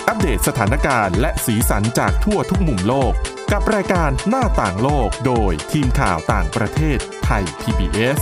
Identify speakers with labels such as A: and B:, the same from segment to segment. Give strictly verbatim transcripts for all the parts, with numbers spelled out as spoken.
A: อัปเดตสถานการณ์และสีสันจากทั่วทุกมุมโลกกับรายการหน้าต่างโลกโดยทีมข่าวต่างประเทศไทย พี บี เอส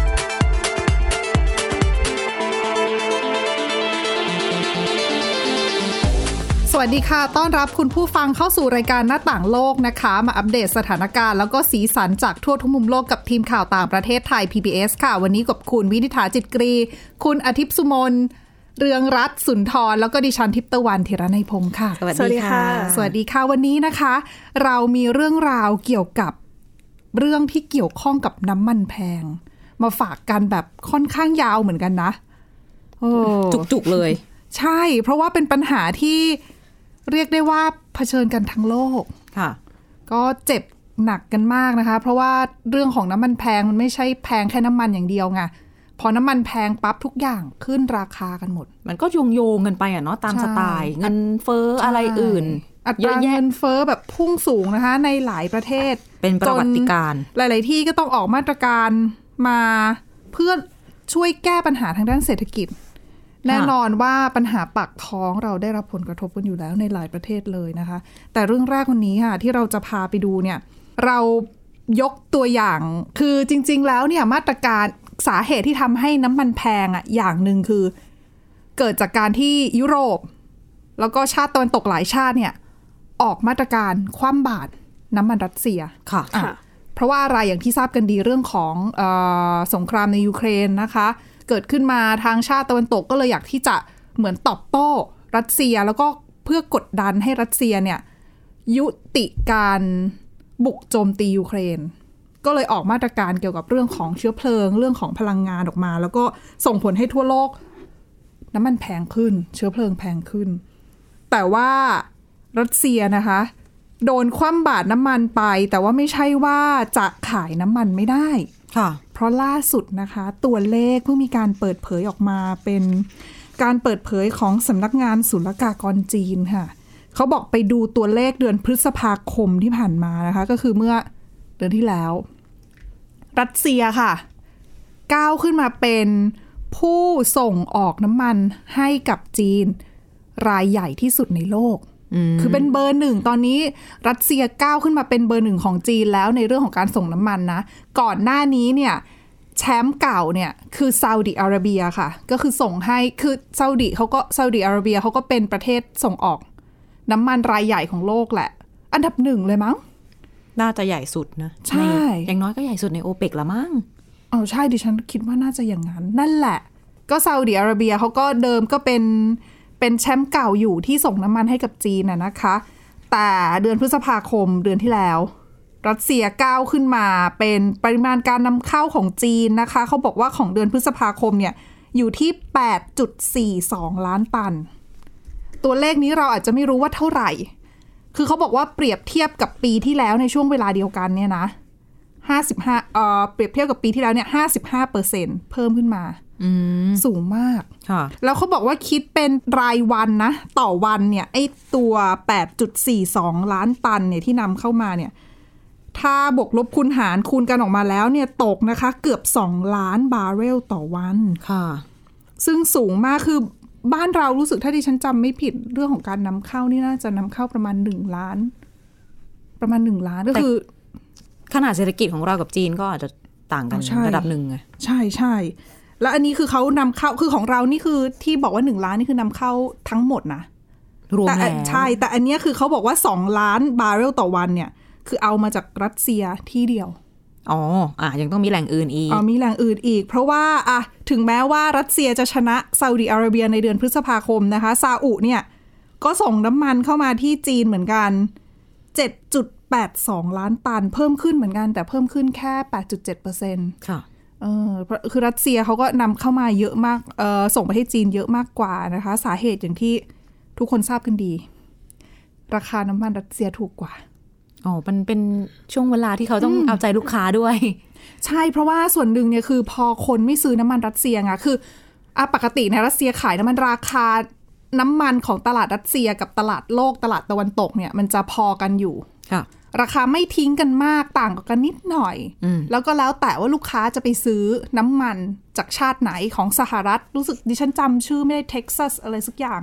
B: สวัสดีค่ะต้อนรับคุณผู้ฟังเข้าสู่รายการหน้าต่างโลกนะคะมาอัปเดตสถานการณ์แล้วก็สีสันจากทั่วทุกมุมโลกกับทีมข่าวต่างประเทศไทย พี บี เอส ค่ะวันนี้กับคุณวินิษฐาจิตกรีคุณอาทิตย์สุมนเรืองรัตน์สุนทรแล้วก็ดิฉันทิพย์ตะวันธีรนัยพงค์ค่ะ
C: สวัสดีค่ะ
B: สวัสดีค่ะวันนี้นะคะเรามีเรื่องราวเกี่ยวกับเรื่องที่เกี่ยวข้องกับน้ำมันแพงมาฝากกันแบบค่อนข้างยาวเหมือนกันนะโอ้
C: จุกๆเลย
B: ใช่เพราะว่าเป็นปัญหาที่เรียกได้ว่าเผชิญกันทั้งโลก
C: ค่ะ
B: ก็เจ็บหนักกันมากนะคะเพราะว่าเรื่องของน้ำมันแพงมันไม่ใช่แพงแค่น้ำมันอย่างเดียวไงพอน้ำมันแพงปั๊บทุกอย่างขึ้นราคากันหมด
C: มันก็โยงโยงกันไปอ่ะเนาะตามสไตล์เงินเฟ้ออะไรอื่น
B: อัตราเงินเฟ้อแบบพุ่งสูงนะคะในหลายประเทศ
C: เป็นประวัติการณ์
B: หลายๆที่ก็ต้องออกมาตรการมาเพื่อช่วยแก้ปัญหาทางด้านเศรษฐกิจแน่นอนว่าปัญหาปากท้องเราได้รับผลกระทบกันอยู่แล้วในหลายประเทศเลยนะคะแต่เรื่องแรกวันนี้ค่ะที่เราจะพาไปดูเนี่ยเรายกตัวอย่างคือจริงๆแล้วเนี่ยมาตรการสาเหตุที่ทำให้น้ำมันแพงอ่ะอย่างหนึ่งคือเกิดจากการที่ยุโรปแล้วก็ชาติตะวันตกหลายชาติเนี่ยออกมาตรการคว่ำบาตรน้ำมันรัสเซีย
C: ค่ะ
B: ะเพราะว่าอะไรอย่างที่ทราบกันดีเรื่องของเอ่อสงครามในยูเครนนะคะเกิดขึ้นมาทางชาติตะวันตกก็เลยอยากที่จะเหมือนตอบโต้รัสเซียแล้วก็เพื่อกดดันให้รัสเซียเนี่ยยุติการบุกโจมตียูเครนก็เลยออกมาตรการเกี่ยวกับเรื่องของเชื้อเพลิงเรื่องของพลังงานออกมาแล้วก็ส่งผลให้ทั่วโลกน้ำมันแพงขึ้นเชื้อเพลิงแพงขึ้นแต่ว่ารัสเซียนะคะโดนคว่ำบาตรน้ำมันไปแต่ว่าไม่ใช่ว่าจะขายน้ำมันไม่ได้
C: ค่ะ
B: เพราะล่าสุดนะคะตัวเลขเพิ่งมีการเปิดเผยออกมาเป็นการเปิดเผยของสำนักงานศุลกากรจีนค่ะเขาบอกไปดูตัวเลขเดือนพฤษภาคมที่ผ่านมานะคะก็คือเมื่อเดือนที่แล้วรัสเซียค่ะก้าวขึ้นมาเป็นผู้ส่งออกน้ำมันให้กับจีนรายใหญ่ที่สุดในโลกคือเป็นเบอร์หนึ่งตอนนี้รัสเซียก้าวขึ้นมาเป็นเบอร์หนึ่งของจีนแล้วในเรื่องของการส่งน้ำมันนะก่อนหน้านี้เนี่ยแชมป์เก่าเนี่ยคือซาอุดิอาระเบียค่ะก็คือส่งให้คือซาอุดิเขาก็ซาอุดิอาระเบียเขาก็เป็นประเทศส่งออกน้ำมันรายใหญ่ของโลกแหละอันดับหนึ่งเลยมั้ง
C: น่าจะใหญ่สุดนะ
B: ใช่
C: อย่างน้อยก็ใหญ่สุดในโอเปกละมั้ง
B: อ๋อใช่ดิฉันคิดว่าน่าจะอย่างนั้นนั่นแหละก็ซาอุดิอาระเบียเขาก็เดิมก็เป็นเป็นแชมป์เก่าอยู่ที่ส่งน้ำมันให้กับจีนน่ะนะคะแต่เดือนพฤษภาคมเดือนที่แล้วรัสเซียก้าวขึ้นมาเป็นปริมาณการนำเข้าของจีนนะคะเขาบอกว่าของเดือนพฤษภาคมเนี่ยอยู่ที่ แปดจุดสี่สอง ล้านตันตัวเลขนี้เราอาจจะไม่รู้ว่าเท่าไหร่คือเขาบอกว่าเปรียบเทียบกับปีที่แล้วในช่วงเวลาเดียวกันเนี่ยนะห้าสิบห้าเอ่อเปรียบเทียบกับปีที่แล้วเนี่ย ห้าสิบห้าเปอร์เซ็นต์ เพิ่มขึ้นมาสูงมากแล้วเขาบอกว่าคิดเป็นรายวันนะต่อวันเนี่ยไอ้ตัว แปดจุดสี่สอง ล้านตันเนี่ยที่นำเข้ามาเนี่ยถ้าบวกลบคูณหารคูณกันออกมาแล้วเนี่ยตกนะคะเกือบสองล้านบาร์เรลต่อวัน
C: ค่ะ
B: ซึ่งสูงมากคือบ้านเรารู้สึกถ้าดิฉันจำไม่ผิดเรื่องของการนำเข้านี่น่าจะนำเข้าประมาณหนึ่งล้านประมาณหนึ่งล้านก็คือ
C: ขนาดเศรษฐกิจของเรากับจีนก็อาจจะต่างกันระดับหนึ่งไง
B: ใช่ใช่แล้วอันนี้คือเขานำเข้าคือของเรานี่คือที่บอกว่าหนึ่งล้านนี่คือนำเข้าทั้งหมดนะ
C: รวมแล้ว
B: ใช่แต่อันนี้คือเขาบอกว่าสองล้านบาร์เรลต่อวันเนี่ยคือเอามาจากรัสเซียที่เดียว
C: อ๋ออ่ะยังต้องมีแหล่งอื่นอีก
B: อ๋อมีแหล่งอื่นอีกเพราะว่าอ่ะถึงแม้ว่ารัสเซียจะชนะซาอุดิอาระเบียในเดือนพฤษภาคมนะคะซาอุเนี่ยก็ส่งน้ำมันเข้ามาที่จีนเหมือนกัน เจ็ดจุดแปดสอง ล้านตันเพิ่มขึ้นเหมือนกันแต่เพิ่มขึ้นแค่ แปดจุดเจ็ดเปอร์เซ็นต์
C: ค่ะ
B: เออคือรัสเซียเขาก็นำเข้ามาเยอะมากเออส่งไปให้จีนเยอะมากกว่านะคะสาเหตุอย่างที่ทุกคนทราบกันดีราคาน้ำมันรัสเซียถูกกว่า
C: อ๋อมันเป็นช่วงเวลาที่เขาต้องเอาใจลูกค้าด้วย
B: ใช่เพราะว่าส่วนหนึ่งเนี่ยคือพอคนไม่ซื้อน้ำมันรัสเซียไงคืออ่ะปกติในรัสเซียขายน้ำมันราคาน้ำมันของตลาดรัสเซียกับตลาดโลกตลาดตะวันตกเนี่ยมันจะพอกันอยู่
C: ค่ะ
B: ราคาไม่ทิ้งกันมากต่างกันนิดหน่อยแล้วก็แล้วแต่ว่าลูกค้าจะไปซื้อน้ำมันจากชาติไหนของสหรัฐรู้สึกดิฉันจำชื่อไม่ได้เท็กซัสอะไรสักอย่างอะ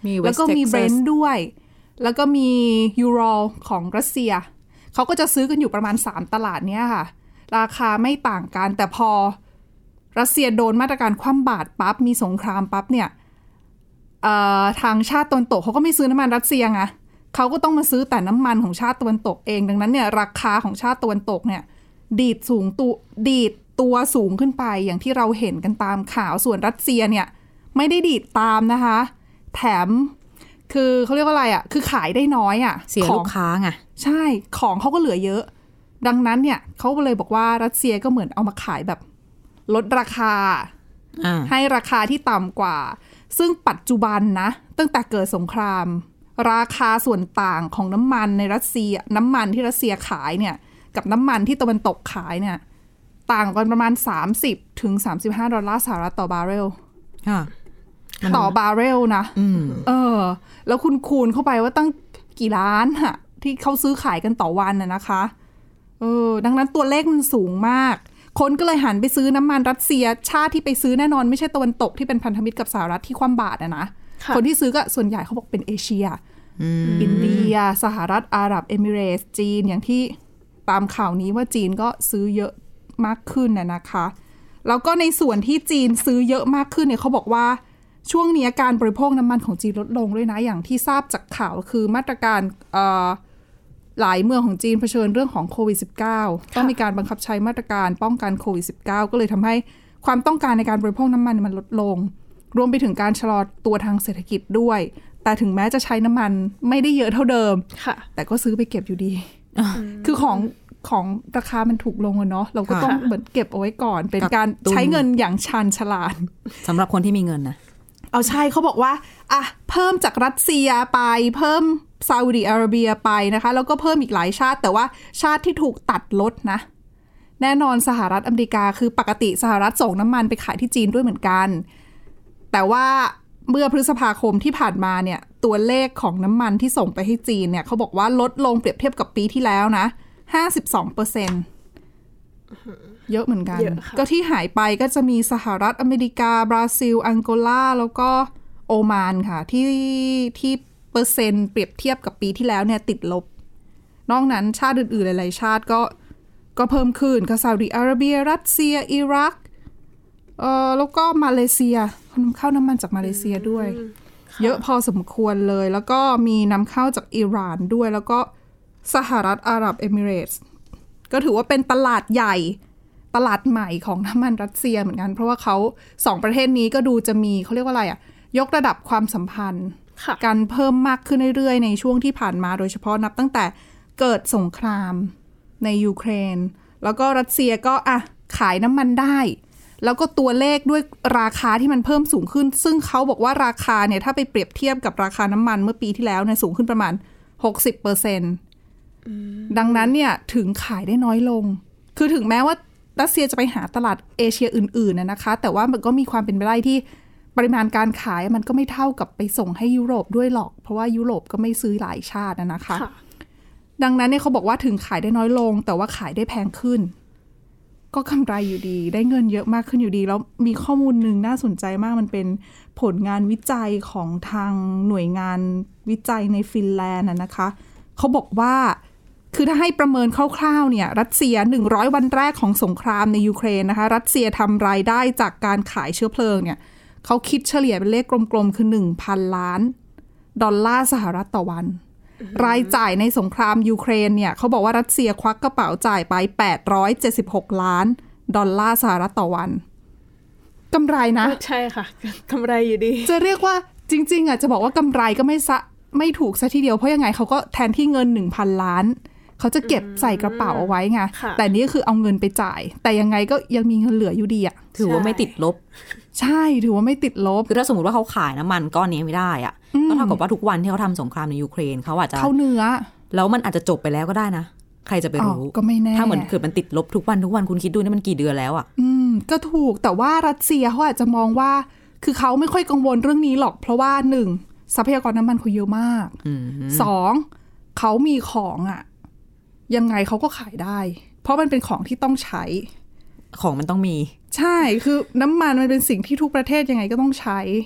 B: แล้วก็มีเบรนท์ด้วยแล้วก็มียูโรของรัสเซียเขาก็จะซื้อกันอยู่ประมาณสามตลาดเนี้ยค่ะราคาไม่ต่างกันแต่พอรัสเซียโดนมาตรการคว่ำบาตรปั๊บมีสงครามปั๊บเนี่ยทางชาติตะวันตกเขาก็ไม่ซื้อน้ำมันรัสเซียไงเขาก็ต้องมาซื้อแต่น้ำมันของชาติตะวันตกเองดังนั้นเนี่ยราคาของชาติตะวันตกเนี่ยดีดสูงตัวดีดตัวสูงขึ้นไปอย่างที่เราเห็นกันตามข่าวส่วนรัสเซียเนี่ยไม่ได้ดีดตามนะคะแถมคือเขาเรียกว่าอะไรอ่ะคือขายได้น้อยอ่ะ
C: เสียลูกค้าไง
B: ใช่ของเขาก็เหลือเยอะดังนั้นเนี่ยเขาก็เลยบอกว่ารัสเซียก็เหมือนเอามาขายแบบลดราคาให้ราคาที่ต่ำกว่าซึ่งปัจจุบันนะตั้งแต่เกิดสงครามราคาส่วนต่างของน้ำมันในรัสเซียน้ำมันที่รัสเซียขายเนี่ยกับน้ำมันที่ตะวันตกขายเนี่ยต่างกันประมาณสามสิบถึงสามสิบห้าดอลลาร์สหรัฐต่อบาร์เรลต่อบาร์เรลนะเออแล้วคุณคูณเข้าไปว่าตั้งกี่ล้านอะที่เขาซื้อขายกันต่อวันน่ะนะคะเออดังนั้นตัวเลขมันสูงมากคนก็เลยหันไปซื้อน้ำมันรัสเซียชาติที่ไปซื้อแน่นอนไม่ใช่ตะวันตกที่เป็นพันธมิตรกับสหรัฐที่คว่ำบาตรอะนะคนที่ซื้อก็ส่วนใหญ่เขาบอกเป็นเอเชียอินเดียสหรัฐอาหรับเอมิเรตส์จีนอย่างที่ตามข่าวนี้ว่าจีนก็ซื้อเยอะมากขึ้นน่ะนะคะแล้วก็ในส่วนที่จีนซื้อเยอะมากขึ้นเนี่ยเขาบอกว่าช่วงนี้การบริโภคน้ำมันของจีนลดลงด้วยนะอย่างที่ทราบจากข่าวคือมาตรการหลายเมืองของจีนเผชิญเรื่องของโควิด สิบเก้า ต้องมีการบังคับใช้มาตรการป้องกันโควิด สิบเก้า ก็เลยทำให้ความต้องการในการบริโภคน้ำมันมันลดลงรวมไปถึงการชะลอตัวทางเศรษฐกิจด้วยแต่ถึงแม้จะใช้น้ำมันไม่ได้เยอะเท่าเดิมแต่ก็ซื้อไปเก็บอยู่ดีคือของของราคามันถูกลงอะเนาะเราก็ต้องเหมือนเก็บเอาไว้ก่อนเป็นการใช้เงินอย่างชาญฉลาด
C: สำหรับคนที่มีเงินนะ
B: เอาใช่เขาบอกว่าอ่ะเพิ่มจากรัสเซียไปเพิ่มซาอุดิอาระเบียไปนะคะแล้วก็เพิ่มอีกหลายชาติแต่ว่าชาติที่ถูกตัดลดนะแน่นอนสหรัฐอเมริกาคือปกติสหรัฐส่งน้ำมันไปขายที่จีนด้วยเหมือนกันแต่ว่าเมื่อพฤษภาคมที่ผ่านมาเนี่ยตัวเลขของน้ำมันที่ส่งไปให้จีนเนี่ยเขาบอกว่าลดลงเปรียบเทียบกับปีที่แล้วนะ ห้าสิบสองเปอร์เซ็นต์ เยอะเหมือนกันก็ที่หายไปก็จะมีสหรัฐอเมริกาบราซิลอังโกลาแล้วก็โอมานค่ะที่ที่เปอร์เซ็นต์เปรียบเทียบกับปีที่แล้วเนี่ยติดลบนอกนั้นชาติอื่นๆหลายๆชาติก็ก็เพิ่มขึ้นก็ซาอุดิอาระเบียรัสเซียอิรักเอ่อแล้วก็มาเลเซียนำเข้าน้ำมันจากมาเลเซียด้วยเยอะพอสมควรเลยแล้วก็มีนำเข้าจากอิหร่านด้วยแล้วก็สหรัฐอาหรับเอมิเรตส์ก็ถือว่าเป็นตลาดใหญ่ตลาดใหม่ของน้ำมันรัสเซียเหมือนกันเพราะว่าเขาสองประเทศนี้ก็ดูจะมีเขาเรียกว่าอะไรอ่ะยกระดับความสัมพันธ์การเพิ่มมากขึ้นเรื่อยๆในช่วงที่ผ่านมาโดยเฉพาะนับตั้งแต่เกิดสงครามในยูเครนแล้วก็รัสเซียก็อ่ะขายน้ำมันได้แล้วก็ตัวเลขด้วยราคาที่มันเพิ่มสูงขึ้นซึ่งเขาบอกว่าราคาเนี่ยถ้าไปเปรียบเทียบกับราคาน้ำมันเมื่อปีที่แล้วเนี่ยสูงขึ้นประมาณ หกสิบเปอร์เซ็นต์ ดังนั้นเนี่ยถึงขายได้น้อยลงคือถึงแม้ว่ารัสเซียจะไปหาตลาดเอเชียอื่นๆนะคะแต่ว่ามันก็มีความเป็นไปได้ที่ปริมาณการขายมันก็ไม่เท่ากับไปส่งให้ยุโรปด้วยหรอกเพราะว่ายุโรปก็ไม่ซื้อหลายชาตินะคะดังนั้นเนี่ยเขาบอกว่าถึงขายได้น้อยลงแต่ว่าขายได้แพงขึ้นก็กำไรอยู่ดีได้เงินเยอะมากขึ้นอยู่ดีแล้วมีข้อมูลหนึ่งน่าสนใจมากมันเป็นผลงานวิจัยของทางหน่วยงานวิจัยในฟินแลนด์นะคะเขาบอกว่าคือถ้าให้ประเมินคร่าวๆเนี่ยรัสเซียหนึ่งร้อยวันแรกของสงครามในยูเครนนะคะรัสเซียทำรายได้จากการขายเชื้อเพลิงเนี่ยเขาคิดเฉลี่ยเป็นเลขกลมๆคือ หนึ่งพัน ล้านดอลลาร์สหรัฐต่อวันรายจ่ายในสงครามยูเครนเนี่ยเขาบอกว่ารัสเซียควักกระเป๋าจ่ายไปแปดร้อยเจ็ดสิบหกล้านดอลลาร์สหรัฐต่อวันกำไรนะ
D: ใช่ค่ะกำไรอยู่ดี
B: จะเรียกว่าจริงๆอ่ะจะบอกว่ากำไรก็ไม่ซะไม่ถูกซะทีเดียวเพราะยังไงเขาก็แทนที่เงิน หนึ่งพัน ล้านเขาจะเก็บใส่กระเป๋าเอาไว้ไงแต่นี่คือเอาเงินไปจ่ายแต่ยังไงก็ยังมีเงินเหลืออยู่ดีอ่ะ
C: ถือว่าไม่ติดลบ
B: ใช่ถือว่าไม่ติดลบ
C: คือถ้าสมมติว่าเขาขายน้ำมันก้อนนี้ไม่ได้อ่ะก็เท่ากับว่าทุกวันที่เขาทำสงครามในยูเครนเขาอาจจะ
B: เข้าเนื้อ
C: แล้วมันอาจจะจบไปแล้วก็ได้นะใครจะไปรู้
B: ก็ไม่แน่
C: ถ้าเหมือนเกิดมันติดลบทุกวันทุกวันคุณคิดดูนี่มันกี่เดือนแล้วอ่ะ
B: อืมก็ถูกแต่ว่ารัสเซียเขาอาจจะมองว่าคือเขาไม่ค่อยกังวลเรื่องนี้หรอกเพราะว่าหนึ่งทรัพยากรน้ำมันเขาเยอะมากสองเขามีของอ่ะยังไงเขาก็ขายได้เพราะมันเป็นของที่ต้องใช้
C: ของมันต้องมี
B: ใช่คือน้ำมันมันเป็นสิ่งที่ทุกประเทศยังไงก็ต้องใช้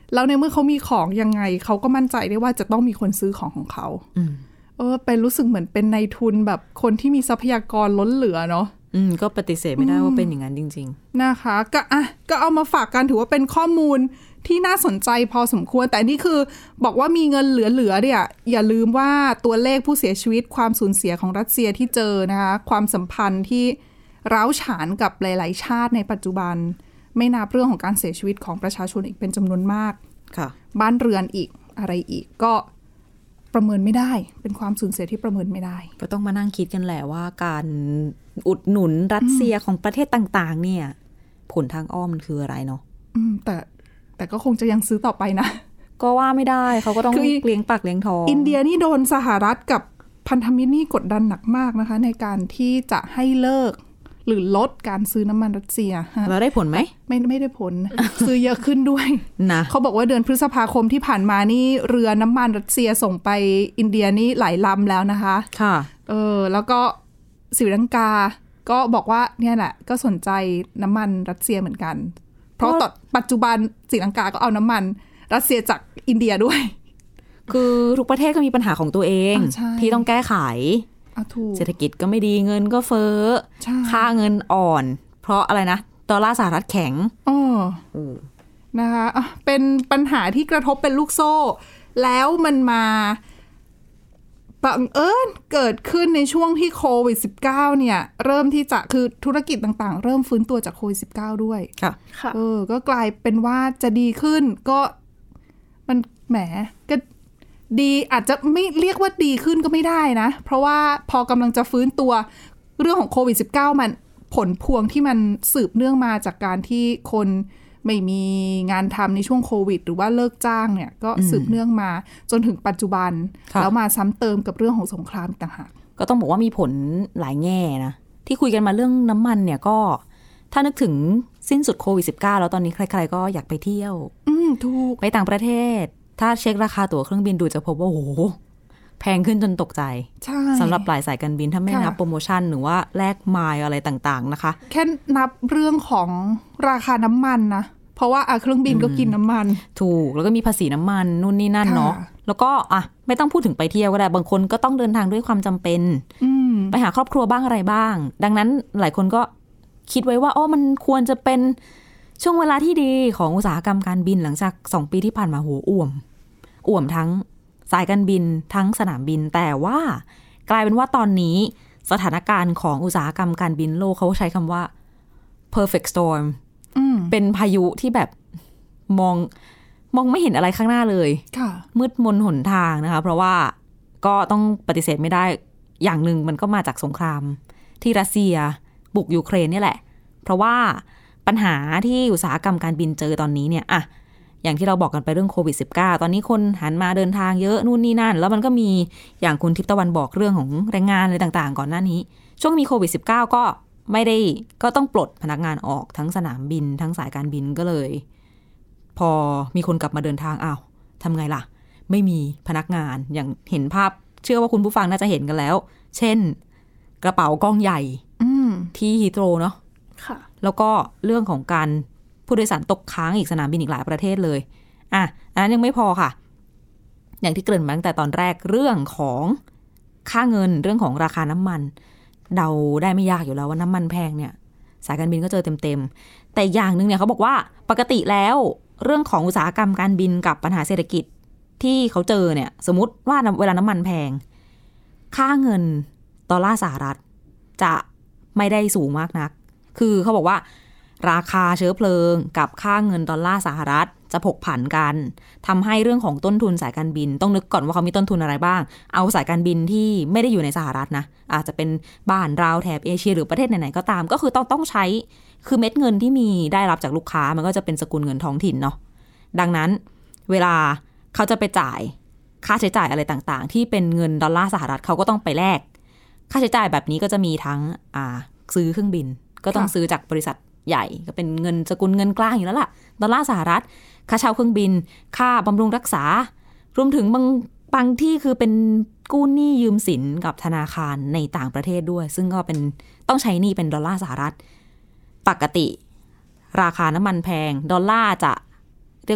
B: แล้วในเมื่อเขามีของยังไงเขาก็มั่นใจได้ว่าจะต้องมีคนซื้อของของเขาเออเป็นรู้สึกเหมือนเป็นนายทุนแบบคนที่มีทรัพยากรล้นเหลือเนาะ
C: อืมก็ปฏิเสธไม่ได้ว่าเป็นอย่างนั้นจริง
B: ๆนะคะก็อ่ะก็เอามาฝากกันถือว่าเป็นข้อมูลที่น่าสนใจพอสมควรแต่นี่คือบอกว่ามีเงินเหลือๆเนี่ยอย่าลืมว่าตัวเลขผู้เสียชีวิตความสูญเสียของรัสเซียที่เจอนะคะความสัมพันธ์ที่ร้าวฉานกับหลายๆชาติในปัจจุบันไม่นับเรื่องของการเสียชีวิตของประชาชนอีกเป็นจำนวนมาก
C: ค่ะ
B: บ้านเรือนอีกอะไรอีกก็ประเมินไม่ได้เป็นความสูญเสียที่ประเมินไม่ได้
C: ก็ต้องมานั่งคิดกันแหละว่าการอุดหนุนรัสเซียของประเทศต่างๆเนี่ยผลทางอ้อมมันคืออะไรเนาะ
B: แต่แต่ก็คงจะยังซื้อต่อไปนะ
C: ก็ว่าไม่ได้เขาก็ต้องเลี้ยงปากเลี้ยงท้อง
B: อินเดียนี่โดนสหรัฐกับพันธมิตรนี่กดดันหนักมากนะคะในการที่จะให้เลิกหรือลดการซื้อน้ำมันรัสเซีย
C: แล้วได้ผลไหม
B: ไม่ไม่ได้ผล ซื้อเยอะขึ้นด้วย
C: นะ
B: เขาบอกว่าเดือนพฤษภาคมที่ผ่านมานี่เรือน้ำมันรัสเซียส่งไปอินเดียนี่หลายลำแล้วนะคะ
C: ค่ะ
B: เออแล้วก็ศรีลังกาก็บอกว่าเนี่ยแหละก็สนใจน้ำมันรัสเซียเหมือนกันเพราะตอนปัจจุบันศรีลังกาก็เอาน้ำมันรัสเซียจากอินเดียด้วย
C: คือทุกประเทศก็มีปัญหาของตัวเองที่ต้องแก้ไขเศรษฐกิจก็ไม่ดีเงินก็เฟ้อค่าเงินอ่อนเพราะอะไรนะดอลลาร์สหรัฐแข็ง
B: อ๋อนะคะเป็นปัญหาที่กระทบเป็นลูกโซ่แล้วมันมาบังเอิญเกิดขึ้นในช่วงที่โควิด สิบเก้า เนี่ยเริ่มที่จะคือธุรกิจต่างๆเริ่มฟื้นตัวจากโควิด สิบเก้า ด้วย
C: ค่ะ
B: เออก็กลายเป็นว่าจะดีขึ้นก็มันแหมก็ดีอาจจะไม่เรียกว่าดีขึ้นก็ไม่ได้นะเพราะว่าพอกำลังจะฟื้นตัวเรื่องของโควิด สิบเก้า มันผลพวงที่มันสืบเนื่องมาจากการที่คนไม่มีงานทำในช่วงโควิดหรือว่าเลิกจ้างเนี่ยก็สืบเนื่องมาจนถึงปัจจุบันแล้วมาซ้ำเติมกับเรื่องของสงครามต่างหาก
C: ก็ต้องบอกว่ามีผลหลายแง่นะที่คุยกันมาเรื่องน้ำมันเนี่ยก็ถ้านึกถึงสิ้นสุดโควิด สิบเก้า แล้วตอนนี้ใครๆก็อยากไปเที่ยว
B: อืมถูก
C: ไปต่างประเทศถ้าเช็คราคาตั๋วเครื่องบินดูจะพบว่าโอ้โหแพงขึ้นจนตกใจสำหรับหลายสายการบินถ้าไม่นับโปรโมชั่นหรือว่าแลกไมล์อะไรต่างๆนะคะ
B: แค่นับเรื่องของราคาน้ำมันนะเพราะว่าอ่ะเครื่องบินก็กินน้ำมัน
C: ถูกแล้วก็มีภาษีน้ำมันนู่นนี่นั่นเนาะแล้วก็อ่ะไม่ต้องพูดถึงไปเที่ยวก็ได้บางคนก็ต้องเดินทางด้วยความจำเป็นไปหาครอบครัวบ้างอะไรบ้างดังนั้นหลายคนก็คิดไว้ว่าอ๋อมันควรจะเป็นช่วงเวลาที่ดีของอุตสาหกรรมการบินหลังจากสองปีที่ผ่านมาโหอ่วมอ่วมทั้งสายการบินทั้งสนามบินแต่ว่ากลายเป็นว่าตอนนี้สถานการณ์ของอุตสาหกรรมการบินโลกเขาใช้คำว่า perfect storm เป็นพายุที่แบบมองมองไม่เห็นอะไรข้างหน้าเลยมืดมนหนทางนะคะเพราะว่าก็ต้องปฏิเสธไม่ได้อย่างหนึ่งมันก็มาจากสงครามที่รัสเซียบุกยูเครนนี่แหละเพราะว่าปัญหาที่อุตสาหกรรมการบินเจอตอนนี้เนี่ยอะอย่างที่เราบอกกันไปเรื่องโควิด สิบเก้า ตอนนี้คนหันมาเดินทางเยอะนู่นนี่นั่นแล้วมันก็มีอย่างคุณทิพย์ตะวันบอกเรื่องของแรงงานอะไรต่างๆก่อนหน้านี้ช่วงมีโควิด สิบเก้า ก็ไม่ได้ก็ต้องปลดพนักงานออกทั้งสนามบินทั้งสายการบินก็เลยพอมีคนกลับมาเดินทางอ้าวทำไงล่ะไม่มีพนักงานอย่างเห็นภาพเชื่อว่าคุณผู้ฟังน่าจะเห็นกันแล้วเช่นกระเป๋ากล้องใหญ่ที่ฮีโตรเนาะแล้วก็เรื่องของการผู้โดยสารตกค้างอีกสนามบินอีกหลายประเทศเลยอ่ะอันนั้นยังไม่พอค่ะอย่างที่เกริ่นมาตั้งแต่ตอนแรกเรื่องของค่าเงินเรื่องของราคาน้ำมันเดาได้ไม่ยากอยู่แล้วว่าน้ำมันแพงเนี่ยสายการบินก็เจอเต็มๆแต่อย่างนึงเนี่ยเขาบอกว่าปกติแล้วเรื่องของอุตสาหกรรมการบินกับปัญหาเศรษฐกิจที่เขาเจอเนี่ยสมมติว่าเวลาน้ำมันแพงค่าเงินดอลลาร์สหรัฐจะไม่ได้สูงมากนักคือเขาบอกว่าราคาเชื้อเพลิงกับค่าเงินดอลลาร์สหรัฐจะผกผันกันทำให้เรื่องของต้นทุนสายการบินต้องนึกก่อนว่าเขามีต้นทุนอะไรบ้างเอาสายการบินที่ไม่ได้อยู่ในสหรัฐนะอาจจะเป็นบ้านเราแถบเอเชียหรือประเทศไหนๆก็ตามก็คือต้องต้องใช้คือเม็ดเงินที่มีได้รับจากลูกค้ามันก็จะเป็นสกุลเงินท้องถิ่นเนาะดังนั้นเวลาเขาจะไปจ่ายค่าใช้จ่ายอะไรต่างๆที่เป็นเงินดอลลาร์สหรัฐเขาก็ต้องไปแลกค่าใช้จ่ายแบบนี้ก็จะมีทั้งอ่าซื้อเครื่องบินก็ต้องซื้อจากบริษัทใหญ่ก็เป็นเงินสกุลเงินกลางอยู่แล้วล่ะดอลลาร์สหรัฐค่าเช่าเครื่องบินค่าบำรุงรักษารวมถึงบางบางที่คือเป็นกู้หนี้ยืมสินกับธนาคารในต่างประเทศด้วยซึ่งก็เป็นต้องใช้หนี้เป็นดอลลาร์สหรัฐปกติราคาน้ำมันแพงดอลลาร์จะเรียกว่า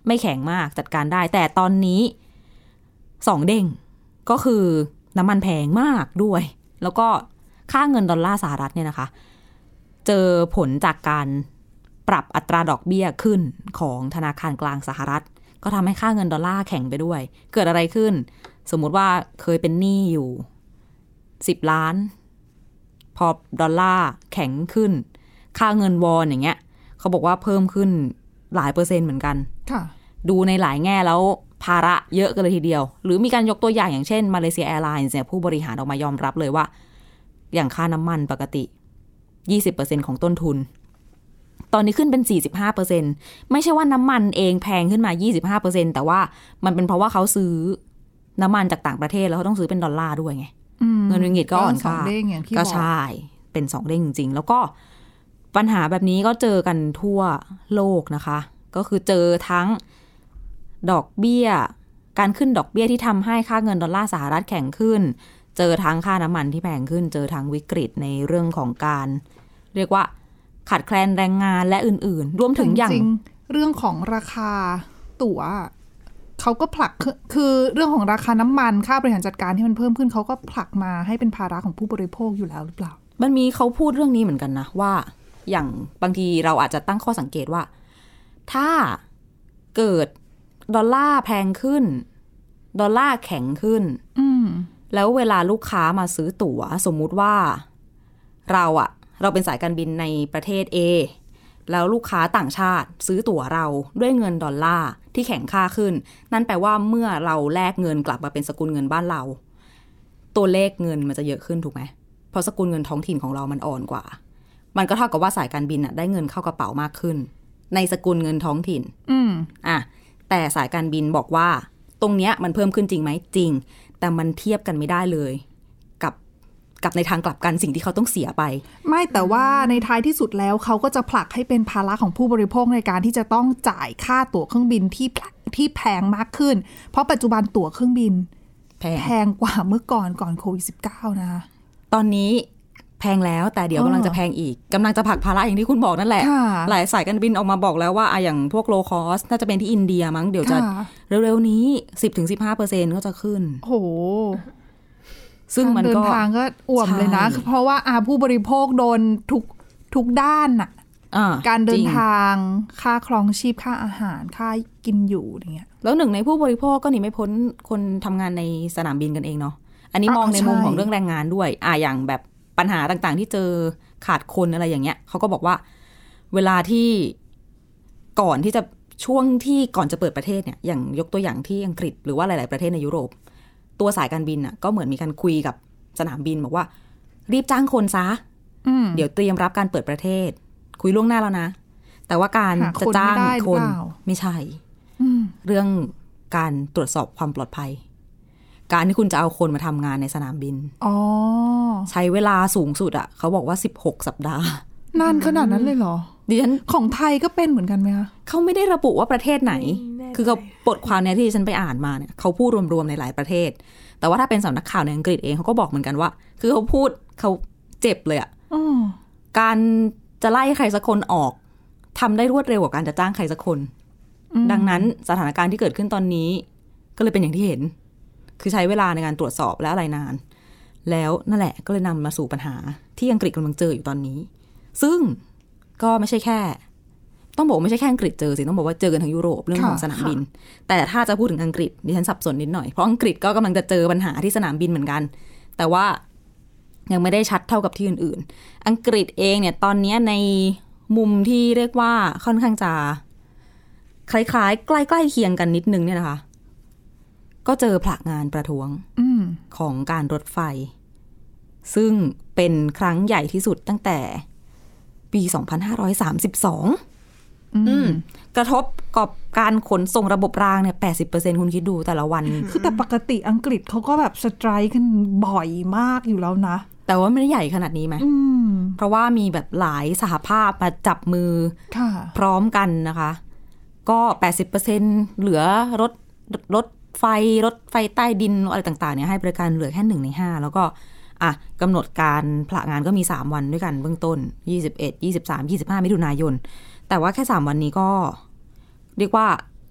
C: ไม่แข็งมากจัดการได้แต่ตอนนี้สองเด้งก็คือน้ำมันแพงมากด้วยแล้วก็ค่าเงินดอลลาร์สหรัฐเนี่ยนะคะเจอผลจากการปรับอัตราดอกเบี้ยขึ้นของธนาคารกลางสหรัฐก็ทำให้ค่าเงินดอลลาร์แข็งไปด้วยเกิดอะไรขึ้นสมมุติว่าเคยเป็นหนี้อยู่สิบล้านพอดอลลาร์แข็งขึ้นค่าเงินวอนอย่างเงี้ยเขาบอกว่าเพิ่มขึ้นหลายเปอร์เซ็นต์เหมือนกันดูในหลายแง่แล้วภาระเยอะกันเลยทีเดียวหรือมีการยกตัวอย่างอย่างเช่นมาเลเซียแอร์ไลน์เนี่ยผู้บริหารออกมายอมรับเลยว่าอย่างค่าน้ำมันปกติ ยี่สิบเปอร์เซ็นต์ ของต้นทุนตอนนี้ขึ้นเป็น สี่สิบห้าเปอร์เซ็นต์ ไม่ใช่ว่าน้ำมันเองแพงขึ้นมา ยี่สิบห้าเปอร์เซ็นต์ แต่ว่ามันเป็นเพราะว่าเขาซื้อน้ำมันจากต่างประเทศแล้วเขาต้องซื้อเป็นดอลลาร์ด้วยไงเงินริงกิตก็อ่อนค่าก็ใช่เป็นสองเด้งจริงๆแล้วก็ปัญหาแบบนี้ก็เจอกันทั่วโลกนะคะก็คือเจอทั้งดอกเบี้ยการขึ้นดอกเบี้ยที่ทำให้ค่าเงินดอลลาร์สหรัฐแข็งขึ้นเจอทั้งค่าน้ำมันที่แพงขึ้นเจอทั้งวิกฤตในเรื่องของการเรียกว่าขาดแคลนแรงงานและอื่นๆรวมถึงอย่าง
B: เรื่องของราคาตั๋วเขาก็ผลักคือเรื่องของราคาน้ำมันค่าบริหารจัดการที่มันเพิ่มขึ้นเขาก็ผลักมาให้เป็นภาระของผู้บริโภคอยู่แล้วหรือเปล่า
C: มันมีเขาพูดเรื่องนี้เหมือนกันนะว่าอย่างบางทีเราอาจจะตั้งข้อสังเกตว่าถ้าเกิดดอลลาร์แพงขึ้นดอลลาร์แข็งขึ้นแล้วเวลาลูกค้ามาซื้อตั๋วสมมุติว่าเราอะเราเป็นสายการบินในประเทศ A แล้วลูกค้าต่างชาติซื้อตั๋วเราด้วยเงินดอลลาร์ที่แข็งค่าขึ้นนั่นแปลว่าเมื่อเราแลกเงินกลับมาเป็นสกุลเงินบ้านเราตัวเลขเงินมันจะเยอะขึ้นถูกไหมเพราะสกุลเงินท้องถิ่นของเรามันอ่อนกว่ามันก็เท่ากับว่าสายการบินอะได้เงินเข้ากระเป๋ามากขึ้นในสกุลเงินท้องถิ่น
B: อืม
C: อ่ะแต่สายการบินบอกว่าตรงเนี้ยมันเพิ่มขึ้นจริงไหมจริงแต่มันเทียบกันไม่ได้เลยกับกับในทางกลับกันสิ่งที่เขาต้องเสียไป
B: ไม่แต่ว่าในท้ายที่สุดแล้วเขาก็จะผลักให้เป็นภาระของผู้บริโภคในการที่จะต้องจ่ายค่าตั๋วเครื่องบินที่ที่แพงมากขึ้นเพราะปัจจุบันตั๋วเครื่องบินแพงแพงกว่าเมื่อก่อนก่อนโควิด สิบเก้า นะคะ
C: ตอนนี้แพงแล้วแต่เดี๋ยวกำลังจะแพงอีกกำลังจะผลักภาระอย่างที่คุณบอกนั่นแหละหลายสายการบินออกมาบอกแล้วว่าอย่างพวกโลคอสน่าจะเป็นที่อินเดียมั้งเดี๋ยวจะเร็วๆนี้ สิบถึงสิบห้าเปอร์เซ็นต์ ก็จะขึ้น
B: โห
C: ซึ่งมันก็
B: เดินทางก็อ่วมเลยนะเพราะว่าอาผู้บริโภคโดนทุกทุกด้านน่ะการเดินทางค่าครองชีพค่าอาหารค่ากินอยู่อย่างเงี้ย
C: แล้วหนึ่งในผู้บริโภคก็หนีไม่พ้นคนทำงานในสนามบินกันเองเนาะอันนี้มองในมุมของเรื่องแรงงานด้วยอ่ะอย่างแบบปัญหาต่างๆที่เจอขาดคนอะไรอย่างเงี้ยเขาก็บอกว่าเวลาที่ก่อนที่จะช่วงที่ก่อนจะเปิดประเทศเนี่ยอย่างยกตัวอย่างที่อังกฤษหรือว่าหลายๆประเทศในยุโรปตัวสายการบินอ่ะก็เหมือนมีการคุยกับสนามบินบอกว่ารีบจ้างคนซะเดี๋ยวเตรียมรับการเปิดประเทศคุยล่วงหน้าแล้วนะแต่ว่าการจะจ้างคนไม่ใช่เรื่องการตรวจสอบความปลอดภัยการที่คุณจะเอาคนมาทำงานในสนามบินใช้เวลาสูงสุดอ่ะเขาบอกว่าสิบหกสัปดาห์
B: นานขนาดนั้นเลยเหรอ
C: ดิฉัน
B: ของไทยก็เป็นเหมือนกันไหมคะ
C: เขาไม่ได้ระบุว่าประเทศไหนคือเขาบทความเนี่ยที่ฉันไปอ่านมาเนี่ยเขาพูดรวมๆในหลายประเทศแต่ว่าถ้าเป็นสำนักข่าวในอังกฤษเองเขาก็บอกเหมือนกันว่าคือเขาพูดเขาเจ็บเลยอ่ะการจะไล่ใครสักคนออกทำได้รวดเร็วกว่าการจะจ้างใครสักคนดังนั้นสถานการณ์ที่เกิดขึ้นตอนนี้ก็เลยเป็นอย่างที่เห็นคือใช้เวลาในการตรวจสอบและอะไรนานแล้วนั่นแหละก็เลยนำมาสู่ปัญหาที่อังกฤษกำลังเจออยู่ตอนนี้ซึ่งก็ไม่ใช่แค่ต้องบอกไม่ใช่แค่อังกฤษเจอสิต้องบอกว่าเจอกันทั้งยุโรปเรื่องของสนามบินแต่ถ้าจะพูดถึงอังกฤษดิฉันสับสนนิดหน่อยเพราะอังกฤษก็กำลังจะเจอปัญหาที่สนามบินเหมือนกันแต่ว่ายังไม่ได้ชัดเท่ากับที่อื่นๆอังกฤษเองเนี่ยตอนนี้ในมุมที่เรียกว่าค่อนข้างจะคล้ายๆใกล้ๆเคียงกันนิดนึงเนี่ยนะคะก็เจอผลักงานประท้วงของการรถไฟซึ่งเป็นครั้งใหญ่ที่สุดตั้งแต่ปีสองพันห้าร้อยสามสิบสองอืมกระทบกับการขนส่งระบบรางเนี่ย แปดสิบเปอร์เซ็นต์ คุณคิดดูแต่ละวัน
B: คือแต่ปกติอังกฤษเขาก็แบบสไตรค์กันบ่อยมากอยู่แล้วนะ
C: แต่ว่าไม่ได้ใหญ่ขนาดนี้ไหมเพราะว่ามีแบบหลายสหภาพมาจับมือพร้อมกันนะคะก็ แปดสิบเปอร์เซ็นต์ เหลือรถรถไฟรถไฟใต้ดินอะไรต่างๆเนี่ยให้บริการเหลือแค่หนึ่งในห้าแล้วก็อ่ะกำหนดการผลักงานก็มีสามวันด้วยกันเบื้องต้นยี่สิบเอ็ด ยี่สิบสาม ยี่สิบห้ามิถุนายนแต่ว่าแค่สามวันนี้ก็เรียกว่า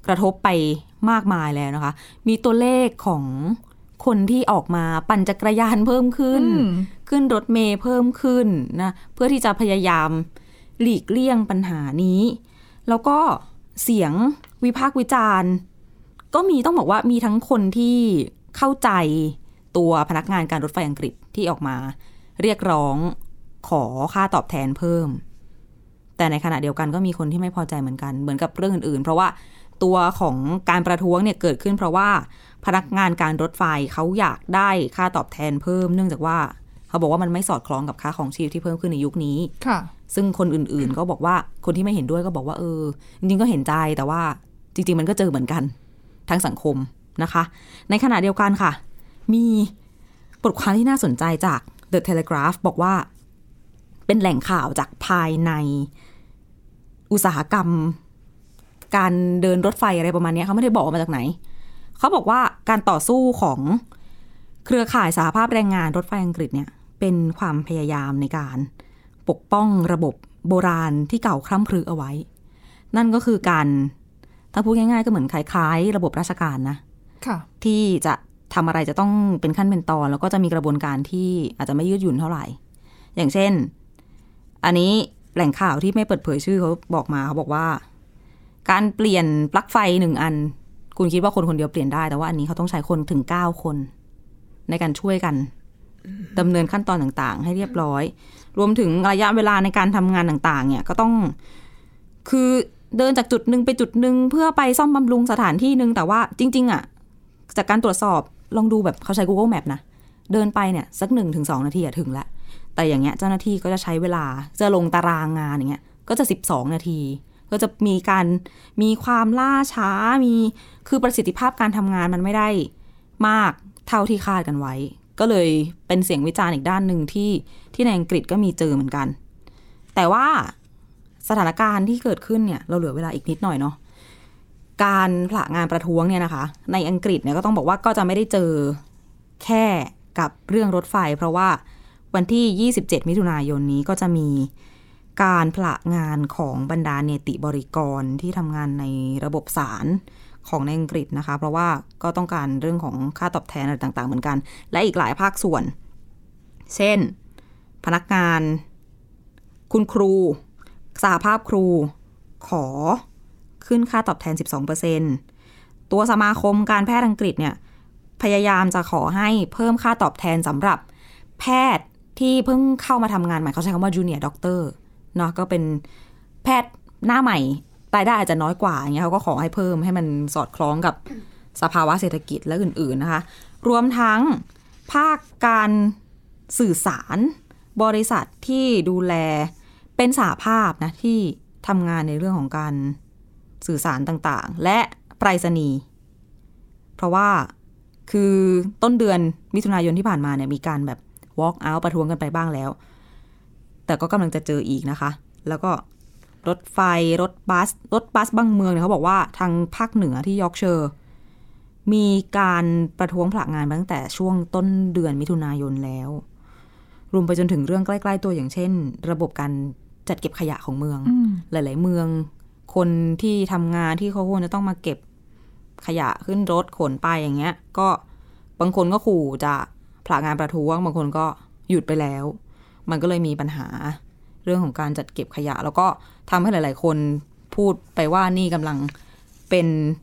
C: กระทบไปมากมายแล้วนะคะมีตัวเลขของคนที่ออกมาปั่นจักรยานเพิ่มขึ้นขึ้นรถเมล์เพิ่มขึ้นนะเพื่อที่จะพยายามหลีกเลี่ยงปัญหานี้แล้วก็เสียงวิพากษ์วิจารณ์ก็มีต้องบอกว่ามีทั้งคนที่เข้าใจตัวพนักงานการรถไฟอังกฤษที่ออกมาเรียกร้องขอค่าตอบแทนเพิ่มแต่ในขณะเดียวกันก็มีคนที่ไม่พอใจเหมือนกันเหมือนกับเรื่องอื่นๆเพราะว่าตัวของการประท้วงเนี่ยเกิดขึ้นเพราะว่าพนักงานการรถไฟเขาอยากได้ค่าตอบแทนเพิ่มเนื่องจากว่าเขาบอกว่ามันไม่สอดคล้องกับค่าของชีพที่เพิ่มขึ้นในยุคนี้ค่ะซึ่งคนอื่นๆก็บอกว่าคนที่ไม่เห็นด้วยก็บอกว่าเออจริงๆก็เห็นใจแต่ว่าจริงๆมันก็เจอเหมือนกันทั้งสังคมนะคะในขณะเดียวกันค่ะมีบทความที่น่าสนใจจาก The Telegraph บอกว่าเป็นแหล่งข่าวจากภายในอุตสาหกรรมการเดินรถไฟอะไรประมาณนี้เขาไม่ได้บอกมาจากไหนเขาบอกว่าการต่อสู้ของเครือข่ายสหภาพแรงงานรถไฟอังกฤษเนี่ยเป็นความพยายามในการปกป้องระบบโบราณที่เก่าคร่ำครึเอาไว้นั่นก็คือการถ้าพูดง่ายๆก็เหมือนคล้ายๆระบบราชการนะค่ะที่จะทำอะไรจะต้องเป็นขั้นเป็นตอนแล้วก็จะมีกระบวนการที่อาจจะไม่ยืดหยุ่นเท่าไหร่อย่างเช่นอันนี้แหล่งข่าวที่ไม่เปิดเผยชื่อเขาบอกมาเขาบอกว่าการเปลี่ยนปลั๊กไฟหนึ่งอันคุณคิดว่าคนคนเดียวเปลี่ยนได้แต่ว่าอันนี้เขาต้องใช้คนถึงเก้าคนในการช่วยกันดำเนินขั้นตอนต่างๆให้เรียบร้อยรวมถึงระยะเวลาในการทำงานต่างๆเนี่ยก็ต้องคือเดินจากจุดนึงไปจุดนึงเพื่อไปซ่อมบำรุงสถานที่นึงแต่ว่าจริงๆอ่ะจากการตรวจสอบลองดูแบบเขาใช้ Google Map นะเดินไปเนี่ยสัก หนึ่งถึงสอง นาทีถึงแล้วแต่อย่างเงี้ยเจ้าหน้าที่ก็จะใช้เวลาจะลงตารางงานอย่างเงี้ยก็จะสิบสองนาทีก็จะมีการมีความล่าช้ามีคือประสิทธิภาพการทำงานมันไม่ได้มากเท่าที่คาดกันไว้ก็เลยเป็นเสียงวิจารณ์อีกด้านหนึ่งที่ที่ในอังกฤษก็มีเจอเหมือนกันแต่ว่าสถานการณ์ที่เกิดขึ้นเนี่ยเราเหลือเวลาอีกนิดหน่อยเนาะการผละงานประท้วงเนี่ยนะคะในอังกฤษเนี่ยก็ต้องบอกว่าก็จะไม่ได้เจอแค่กับเรื่องรถไฟเพราะว่าวันที่ยี่สิบเจ็ดมิถุนายนนี้ก็จะมีการผละงานของบรรดาเนติบริกรที่ทำงานในระบบศาลของในอังกฤษนะคะเพราะว่าก็ต้องการเรื่องของค่าตอบแทนอะไรต่างๆเหมือนกันและอีกหลายภาคส่วนเช่นพนักงานคุณครูสหภาพครูขอขึ้นค่าตอบแทน สิบสองเปอร์เซ็นต์ ตัวสมาคมการแพทย์อังกฤษเนี่ยพยายามจะขอให้เพิ่มค่าตอบแทนสำหรับแพทย์ที่เพิ่งเข้ามาทำงานใหม่เขาใช้คำว่า junior doctor เนาะก็เป็นแพทย์หน้าใหม่รายได้อาจจะน้อยกว่าอย่างเงี้ยเขาก็ขอให้เพิ่มให้มันสอดคล้องกับสภาวะเศรษฐกิจและอื่นๆนะคะรวมทั้งภาคการสื่อสารบริษัทที่ดูแลเป็นสหภาพนะที่ทำงานในเรื่องของการสื่อสารต่างๆและไปรษณีย์เพราะว่าคือต้นเดือนมิถุนายนที่ผ่านมาเนี่ยมีการแบบ walk out ประท้วงกันไปบ้างแล้วแต่ก็กำลังจะเจออีกนะคะแล้วก็รถไฟรถบัสรถบัสบางเมืองเนี่ยเขาบอกว่าทางภาคเหนือที่ยอร์กเชอร์มีการประท้วงผลักงานมาตั้งแต่ช่วงต้นเดือนมิถุนายนแล้วรวมไปจนถึงเรื่องใกล้ๆตัวอย่างเช่นระบบการจัดเก็บขยะของเมืองหลายๆเมืองคนที่ทำงานที่เขาควรจะต้องมาเก็บขยะขึ้นรถขนไปอย่างเงี้ยก็บางคนก็ขู่จะผลักงานประท้วงบางคนก็หยุดไปแล้วมันก็เลยมีปัญหาเรื่องของการจัดเก็บขยะแล้วก็ทำให้หลายๆคนพูดไปว่านี่กำลังเป็น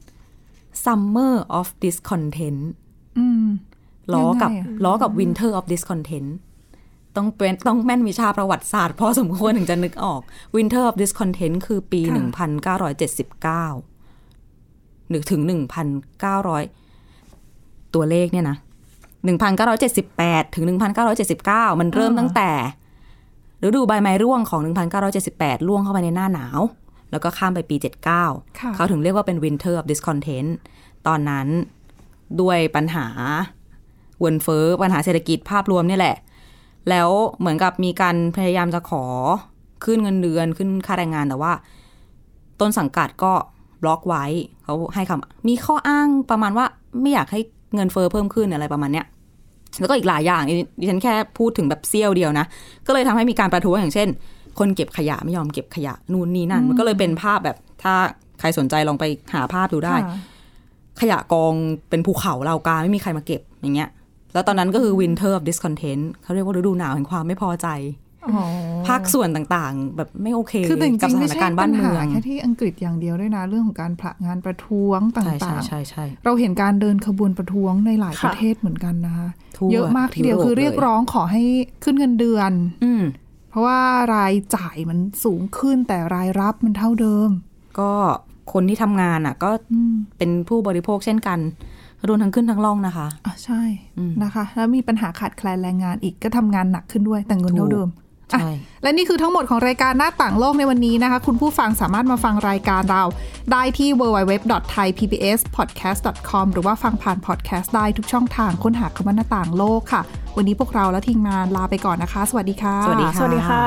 C: summer of discontent ล้อกับล้อกับ winter of discontent ต้องเป็นต้องแม่นวิชาประวัติศาสตร์พอสมควรถึงจะนึกออก winter of discontent คือปี หนึ่งพันเก้าร้อยเจ็ดสิบเก้า นึกถึง หนึ่งพันเก้าร้อย ตัวเลขเนี่ยนะ หนึ่งพันเก้าร้อยเจ็ดสิบแปด ถึง หนึ่งพันเก้าร้อยเจ็ดสิบเก้า มันเริ่มตั้งแต่ฤดูใบไม้ร่วงของ หนึ่งพันเก้าร้อยเจ็ดสิบแปด ล่วงเข้าไปในหน้าหนาวแล้วก็ข้ามไปปีเจ็ดสิบเก้าเขาถึงเรียกว่าเป็น winter of discontent ตอนนั้นด้วยปัญหาเงินเฟ้อปัญหาเศรษฐกิจภาพรวมนี่แหละแล้วเหมือนกับมีการพยายามจะขอขึ้นเงินเดือนขึ้นค่าแรงงานแต่ว่าต้นสังกัดก็บล็อกไว้เขาให้คำมีข้ออ้างประมาณว่าไม่อยากให้เงินเฟ้อเพิ่มขึ้นอะไรประมาณเนี้ยแล้วก็อีกหลายอย่างดิฉันแค่พูดถึงแบบเสี้ยวเดียวนะก็เลยทำให้มีการประท้วงอย่างเช่นคนเก็บขยะไม่ยอมเก็บขยะนู่นนี่นั่นมันก็เลยเป็นภาพแบบถ้าใครสนใจลองไปหาภาพดูได้ขยะกองเป็นภูเขาราวกาไม่มีใครมาเก็บอย่างเงี้ยแล้วตอนนั้นก็คือ Winter of Discontent เขาเรียกว่าฤดูหนาวแห่งความไม่พอใจภาคส่วนต่างๆแบบไม่โอเคกับสถานการณ์บ้านเมือง
B: แค่ที่อังกฤษอย่างเดียวด้วยนะเรื่องของการผลักงานประท้วงต่าง
C: ๆ
B: เราเห็นการเดินขบวนประท้วงในหลายประเทศเหมือนกันนะคะเยอะมากทีเดียวคือเรียกร้องขอให้ขึ้นเงินเดือนเพราะว่ารายจ่ายมันสูงขึ้นแต่รายรับมันเท่าเดิม
C: ก็คนที่ทำงานอ่ะก็เป็นผู้บริโภคเช่นกันรวมทั้งขึ้นทั้งล่องนะคะ
B: อ่ะใช่นะคะแล้วมีปัญหาขาดแคลนแรงงานอีกก็ทำงานหนักขึ้นด้วยแต่เงินเท่าเดิม
C: ใช่
B: และนี่คือทั้งหมดของรายการหน้าต่างโลกในวันนี้นะคะคุณผู้ฟังสามารถมาฟังรายการเราได้ที่ ดับเบิลยู ดับเบิลยู ดับเบิลยู ดอท ไทย พี บี เอส พอดแคสต์ ดอท คอม หรือว่าฟังผ่านพอดแคสต์ได้ทุกช่องทางค้นหาคำว่าหน้าต่างโลกค่ะวันนี้พวกเราและทีมงานลาไปก่อนนะคะสวัสดีค่ะ
C: สวัสดีค่ะ
D: สวัสดีค่ะ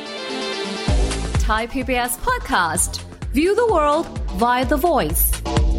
E: Thai พี บี เอส Podcast View the world via the voice